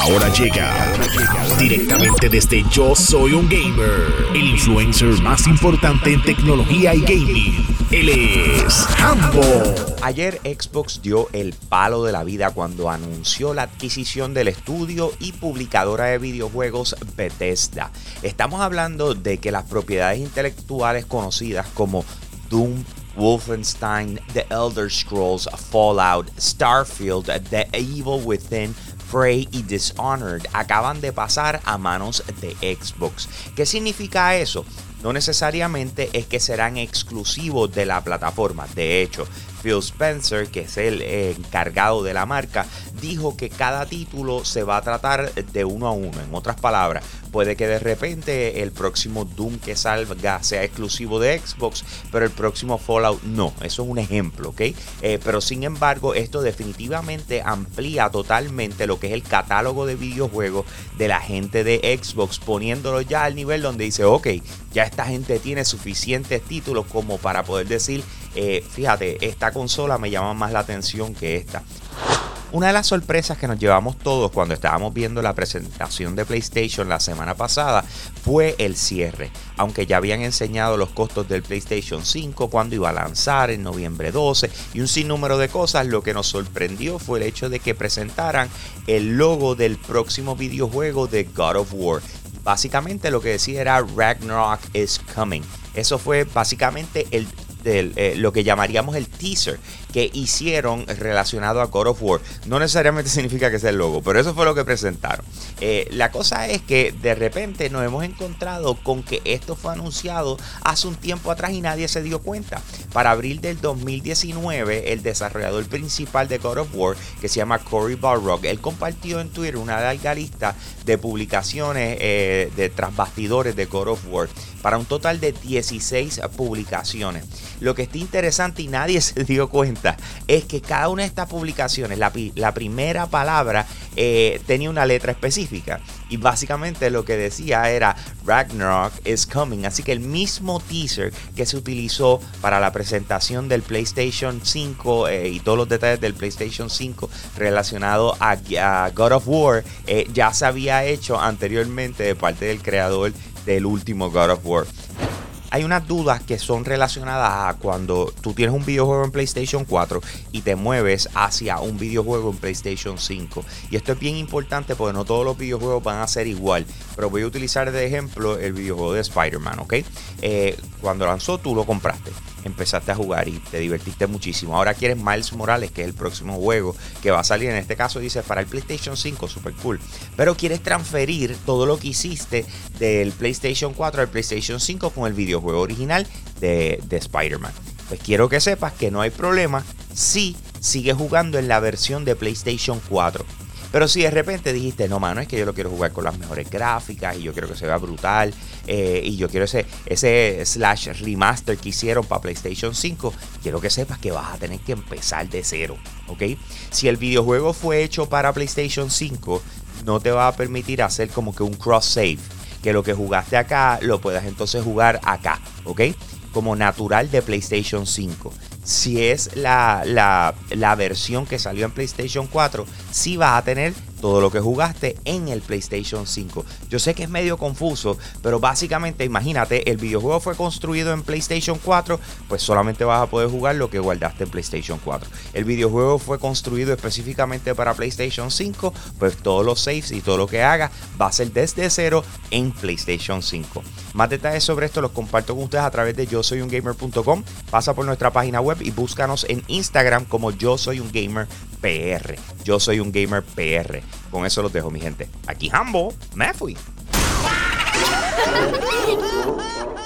Ahora llega directamente desde Yo Soy un Gamer, el influencer más importante en tecnología y gaming. Él es Hambo. Ayer Xbox dio el palo de la vida cuando anunció la adquisición del estudio y publicadora de videojuegos Bethesda. Estamos hablando de que las propiedades intelectuales conocidas como Doom, Wolfenstein, The Elder Scrolls, Fallout, Starfield, The Evil Within, Prey y Dishonored acaban de pasar a manos de Xbox. ¿Qué significa eso? No necesariamente es que serán exclusivos de la plataforma. De hecho, Phil Spencer, que es el encargado de la marca, dijo que cada título se va a tratar de uno a uno. En otras palabras, puede que de repente el próximo Doom que salga sea exclusivo de Xbox, pero el próximo Fallout no. Eso es un ejemplo, ¿ok? Pero sin embargo, esto definitivamente amplía totalmente lo que es el catálogo de videojuegos de la gente de Xbox, poniéndolo ya al nivel donde dice, ok, ya esta gente tiene suficientes títulos como para poder decir, fíjate, esta consola me llama más la atención que esta. Una de las sorpresas que nos llevamos todos cuando estábamos viendo la presentación de PlayStation la semana pasada fue el cierre. Aunque ya habían enseñado los costos del PlayStation 5, cuando iba a lanzar en noviembre 12 y un sinnúmero de cosas, lo que nos sorprendió fue el hecho de que presentaran el logo del próximo videojuego de God of War. Básicamente lo que decía era Ragnarok is coming. Eso fue básicamente lo que llamaríamos el teaser que hicieron relacionado a God of War. No necesariamente significa que sea el logo, pero eso fue lo que presentaron. La cosa es que de repente nos hemos encontrado con que esto fue anunciado hace un tiempo atrás y nadie se dio cuenta. Para abril del 2019, el desarrollador principal de God of War, que se llama Cory Barlog, él compartió en Twitter una larga lista de publicaciones de tras bastidores de God of War para un total de 16 publicaciones. Lo que está interesante y nadie se dio cuenta es que cada una de estas publicaciones, la primera palabra tenía una letra específica y básicamente lo que decía era Ragnarok is coming. Así que el mismo teaser que se utilizó para la presentación del PlayStation 5 y todos los detalles del PlayStation 5 relacionado a God of War ya se había hecho anteriormente de parte del creador del último God of War. Hay unas dudas que son relacionadas a cuando tú tienes un videojuego en PlayStation 4 y te mueves hacia un videojuego en PlayStation 5. Y esto es bien importante porque no todos los videojuegos van a ser igual. Pero voy a utilizar de ejemplo el videojuego de Spider-Man, ¿ok? Cuando lanzó, tú lo compraste. Empezaste a jugar y te divertiste muchísimo. Ahora quieres Miles Morales, que es el próximo juego que va a salir. En este caso dice para el PlayStation 5, super cool. Pero quieres transferir todo lo que hiciste del PlayStation 4 al PlayStation 5 con el videojuego original de Spider-Man. Pues quiero que sepas que no hay problema si sigues jugando en la versión de PlayStation 4. Pero si de repente dijiste, no, mano, es que yo lo quiero jugar con las mejores gráficas y yo quiero que se vea brutal y yo quiero ese slash remaster que hicieron para PlayStation 5, quiero que sepas que vas a tener que empezar de cero, ¿ok? Si el videojuego fue hecho para PlayStation 5, no te va a permitir hacer como que un cross save, que lo que jugaste acá lo puedas entonces jugar acá, ¿ok? Como natural de PlayStation 5. Si es la versión que salió en PlayStation 4, sí vas a tener todo lo que jugaste en el PlayStation 5. Yo sé que es medio confuso, pero básicamente imagínate, el videojuego fue construido en PlayStation 4, pues solamente vas a poder jugar lo que guardaste en PlayStation 4. El videojuego fue construido específicamente para PlayStation 5, pues todos los saves y todo lo que hagas va a ser desde cero en PlayStation 5. Más detalles sobre esto los comparto con ustedes a través de yosoyungamer.com. Pasa por nuestra página web y búscanos en Instagram como Yo Soy Un Gamer PR. Yo Soy Un Gamer PR. Con eso los dejo, mi gente. Aquí Hambo, me fui.